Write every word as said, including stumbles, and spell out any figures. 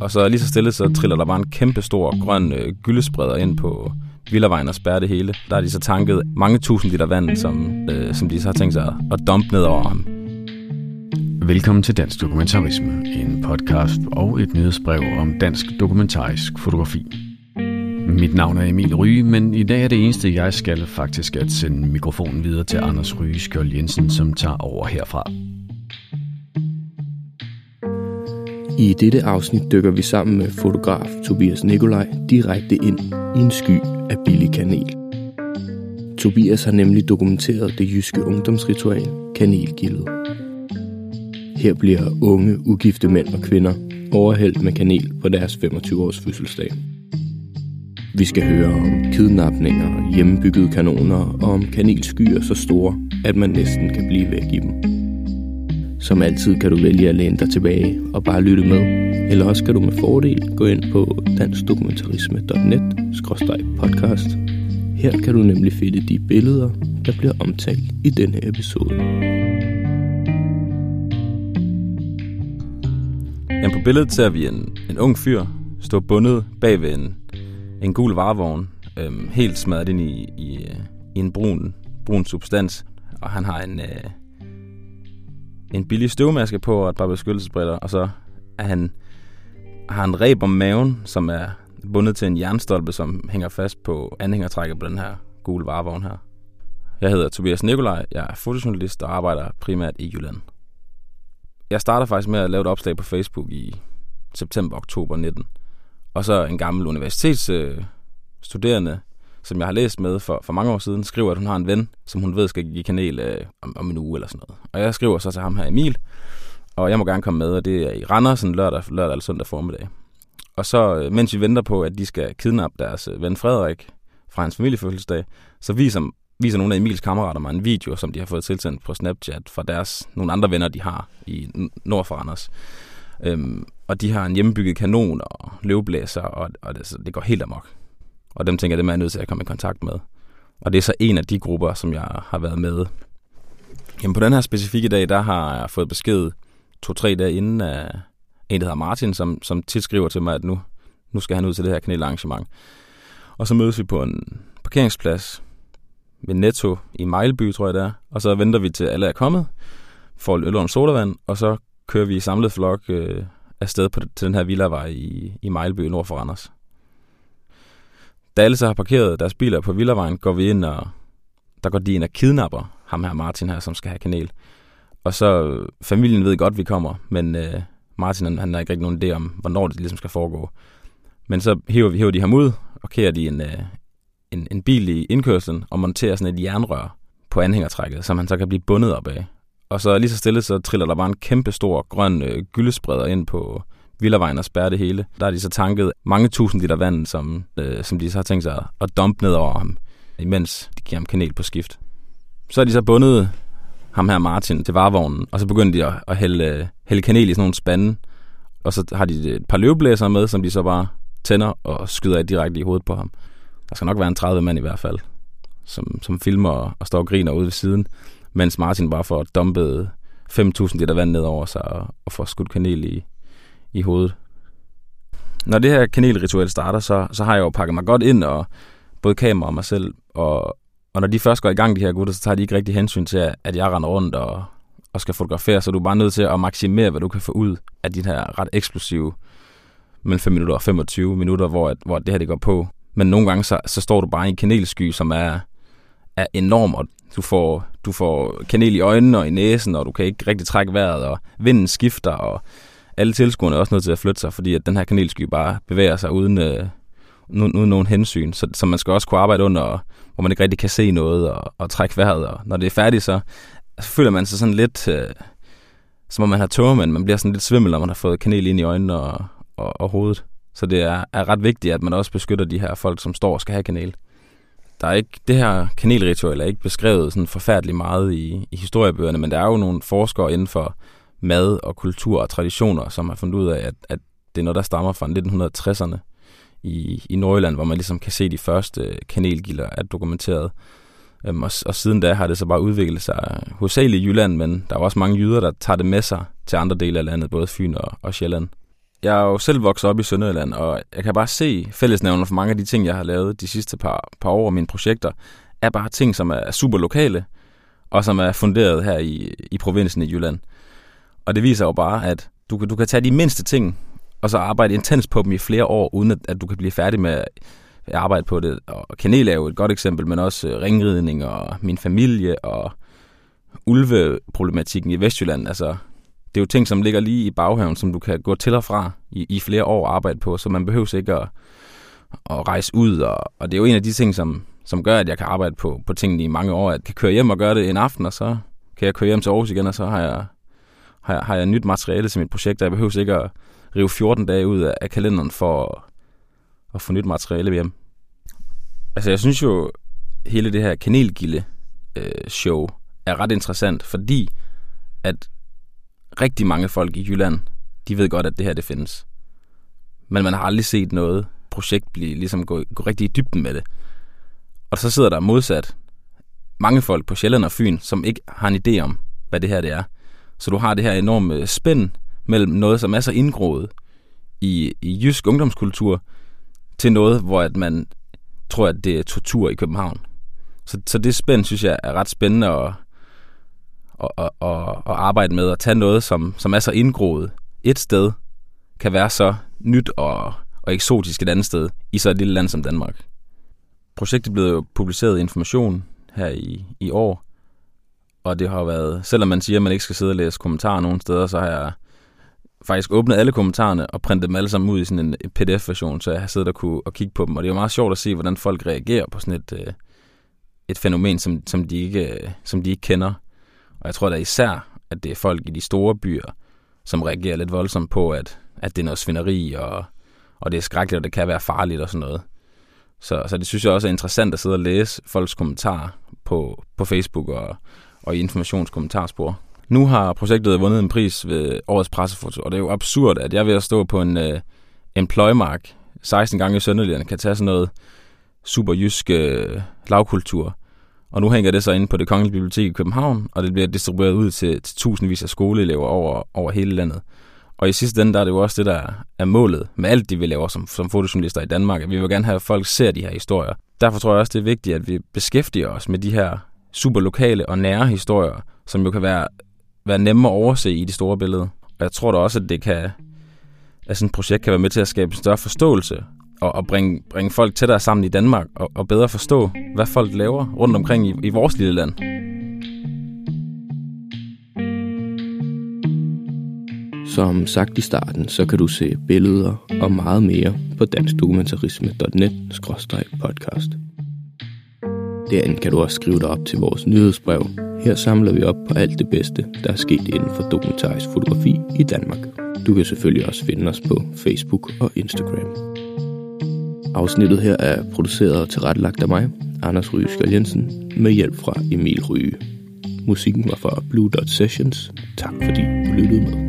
Og så lige så stille, så triller der bare en kæmpe stor grøn øh, gyldespreder ind på Villavejen og spærrer det hele. Der har de så tanket mange tusind liter vand, som, øh, som de så har tænkt sig at dumpe ned over ham. Velkommen til Dansk Dokumentarisme, en podcast og et nyhedsbrev om dansk dokumentarisk fotografi. Mit navn er Emil Ryge, men i dag er det eneste, jeg skal faktisk at sende mikrofonen videre til Anders Ryge Skjold Jensen, som tager over herfra. I dette afsnit dykker vi sammen med fotograf Tobias Nikolaj direkte ind i en sky af billig kanel. Tobias har nemlig dokumenteret det jyske ungdomsritual kanelgildet. Her bliver unge, ugifte mænd og kvinder overhældt med kanel på deres femogtyve års fødselsdag. Vi skal høre om kidnapninger, hjemmebyggede kanoner og om kanelskyer så store, at man næsten kan blive væk i dem. Som altid kan du vælge at læne dig tilbage og bare lytte med, eller også kan du med fordel gå ind på danskdokumentarisme punktum net skråstreg podcast. Her kan du nemlig finde de billeder, der bliver omtalt i denne episode. Jamen på billedet ser vi en, en ung fyr stå bundet bag ved en, en gul varevogn, øhm, helt smadret ind i, i, i en brun, brun substans, og han har en... Øh, en billig støvmaske på og et par beskyttelsesbriller, og så er han, har han reb om maven, som er bundet til en jernstolpe, som hænger fast på anhængertrækket på den her gule varevogn her. Jeg hedder Tobias Nikolaj, jeg er fotojournalist og arbejder primært i Jylland. Jeg starter faktisk med at lave et opslag på Facebook i september-oktober nitten, og så en gammel universitetsstuderende, øh, som jeg har læst med for, for mange år siden, skriver, at hun har en ven, som hun ved skal give kanel øh, om, om en uge eller sådan noget. Og jeg skriver så til ham her, Emil, og jeg må gerne komme med, og det er i Randers, sådan lørdag, lørdag eller søndag formiddag. Og så, øh, mens vi venter på, at de skal kidnappe deres øh, ven Frederik fra hans familiefødselsdag, så viser, viser nogle af Emils kammerater mig en video, som de har fået tilsendt på Snapchat fra deres, nogle andre venner, de har i nord for Randers. Øhm, og de har en hjemmebygget kanon og løvblæser, og, og det, det går helt amok. Og dem tænker jeg, det er jeg nødt til at komme i kontakt med. Og det er så en af de grupper, som jeg har været med. Jamen på den her specifikke dag, der har jeg fået besked to-tre dage inden af en, der hedder Martin, som, som tilskriver til mig, at nu, nu skal han ud til det her kanelarrangement. Og så mødes vi på en parkeringsplads ved Netto i Mejlby, tror jeg det er. Og så venter vi til alle er kommet, får øl og en sodavand, og så kører vi i samlet flok øh, afsted på, til den her villavej i, i Mejlby nord for Randers. Da alle så har parkeret deres biler på Villavejen, går vi ind, og der går de ind og kidnapper ham her Martin her, som skal have kanel. Og så familien ved godt, at vi kommer, men øh, Martin han, han har ikke rigtig nogen idé om, hvornår det ligesom skal foregå. Men så hiver, vi, hiver de ham ud, og kører de en, øh, en, en bil i indkørslen og monterer sådan et jernrør på anhængertrækket, som han så kan blive bundet op af. Og så lige så stille, så triller der bare en kæmpe stor grøn øh, gyldespreder ind på Villavejen og spærrer det hele. Der har de så tanket mange tusind liter vand, som, øh, som de så har tænkt sig at dumpe ned over ham, imens de giver ham kanel på skift. Så har de så bundet ham her Martin til varevognen, og så begynder de at, at hælde, hælde kanel i sådan nogle spande, og så har de et par løvblæsere med, som de så bare tænder og skyder direkte i hovedet på ham. Der skal nok være en tredive mand i hvert fald, som, som filmer og, og står og griner ude ved siden, mens Martin bare får dumpet fem tusind liter vand ned over sig og, og får skudt kanel i i hovedet. Når det her kanelritual starter, så, så har jeg jo pakket mig godt ind, og både kamera og mig selv, og, og når de først går i gang, de her gutter, så tager de ikke rigtig hensyn til, at jeg render rundt og, og skal fotografere, så du er bare nødt til at maksimere, hvad du kan få ud af de her ret eksplosive mellem fem minutter og femogtyve minutter, hvor, at, hvor det her det går på. Men nogle gange, så, så står du bare i en kanelsky, som er, er enorm, og du får, du får kanel i øjnene og i næsen, og du kan ikke rigtig trække vejret, og vinden skifter, og alle tilskuerne er også nødt til at flytte sig, fordi at den her kanelsky bare bevæger sig uden, øh, uden nogen hensyn. Så, så man skal også kunne arbejde under, hvor man ikke rigtig kan se noget og, og trække vejret. Og når det er færdigt, så, så føler man sig sådan lidt, øh, som om man har tømmermænd. Man bliver sådan lidt svimmel, når man har fået kanel ind i øjnene og, og, og hovedet. Så det er, er ret vigtigt, at man også beskytter de her folk, som står og skal have kanel. Der er ikke, det her kanelritual er ikke beskrevet sådan forfærdeligt meget i, i historiebøgerne, men der er jo nogle forskere inden for mad og kultur og traditioner, som har fundet ud af, at, at det er noget, der stammer fra nitten tresserne i, i Nordjylland, hvor man ligesom kan se de første kanelgilder er dokumenteret. Øhm, og, og siden da har det så bare udviklet sig hovedsageligt i Jylland, men der er også mange jyder, der tager det med sig til andre dele af landet, både Fyn og, og Sjælland. jeg er jo selv vokset op i Sønderjylland, og jeg kan bare se fællesnævner for mange af de ting, jeg har lavet de sidste par, par år af mine projekter, er bare ting, som er super lokale, og som er funderet her i, i provinsen i Jylland. Og det viser jo bare, at du, du kan tage de mindste ting, og så arbejde intens på dem i flere år, uden at, at du kan blive færdig med at arbejde på det. Og kanel er jo et godt eksempel, men også ringridning og min familie og ulveproblematikken i Vestjylland. Altså, det er jo ting, som ligger lige i baghaven, som du kan gå til og fra i, i flere år og arbejde på, så man behøver ikke at, at rejse ud. Og, og det er jo en af de ting, som, som gør, at jeg kan arbejde på, på tingene i mange år. At jeg kan køre hjem og gøre det en aften, og så kan jeg køre hjem til Aarhus igen, og så har jeg, har jeg, har jeg nyt materiale til mit projekt, og jeg behøver ikke at rive fjorten dage ud af, af kalenderen for at, at få nyt materiale hjem. Altså, jeg synes jo, hele det her kanelgilde øh, show er ret interessant, fordi at rigtig mange folk i Jylland, de ved godt, at det her det findes. Men man har aldrig set noget projekt blive, ligesom gå, gå rigtig i dybden med det. Og så sidder der modsat mange folk på Sjælland og Fyn, som ikke har en idé om, hvad det her det er. Så du har det her enorme spænd mellem noget, som er så indgroet i, i jysk ungdomskultur, til noget, hvor at man tror, at det er tortur i København. Så, så det spænd, synes jeg, er ret spændende at, at, at, at, at arbejde med, at tage noget, som, som er så indgroet et sted, kan være så nyt og, og eksotisk et andet sted, i så et lille land som Danmark. Projektet blev jo publiceret i Information her i, i år, og det har været, selvom man siger, at man ikke skal sidde og læse kommentarer nogen steder, så har jeg faktisk åbnet alle kommentarerne og printet dem alle sammen ud i sådan en P D F-version, så jeg har siddet og kunne og kigge på dem. Og det er jo meget sjovt at se, hvordan folk reagerer på sådan et, et fænomen, som, som, de ikke, som de ikke kender. Og jeg tror da især, at det er folk i de store byer, som reagerer lidt voldsomt på, at, at det er noget svineri, og, og det er skrækkeligt, og det kan være farligt og sådan noget. Så, så det synes jeg også er interessant at sidde og læse folks kommentarer på, på Facebook og, og i informationskommentarspor. Nu har projektet vundet en pris ved årets pressefoto, og det er jo absurd, at jeg ved at stå på en, uh, en pløjemark seksten gange i Sønderjylland kan tage sådan noget super jysk uh, lavkultur. Og nu hænger det så inde på Det Kongelige Bibliotek i København, og det bliver distribueret ud til, til tusindvis af skoleelever over, over hele landet. Og i sidste ende, der er det jo også det, der er målet med alt det, vi laver som, som fotojournalister i Danmark. At vi vil gerne have, at folk ser de her historier. Derfor tror jeg også, det er vigtigt, at vi beskæftiger os med de her super lokale og nære historier, som jo kan være, være nemme at overse i det store billede. Og jeg tror da også, at det kan, at sådan et projekt kan være med til at skabe en større forståelse og, og bringe, bringe folk tættere sammen i Danmark og, og bedre forstå, hvad folk laver rundt omkring i, i vores lille land. Som sagt i starten, så kan du se billeder og meget mere på danskdokumentarisme punktum net skråstreg podcast. Derinde kan du også skrive dig op til vores nyhedsbrev. Her samler vi op på alt det bedste, der er sket inden for dokumentarisk fotografi i Danmark. Du kan selvfølgelig også finde os på Facebook og Instagram. Afsnittet her er produceret og tilrettelagt af mig, Anders Ryge Skjold Jensen, med hjælp fra Emil Ryge. Musikken var fra Blue Dot Sessions. Tak fordi du lyttede med.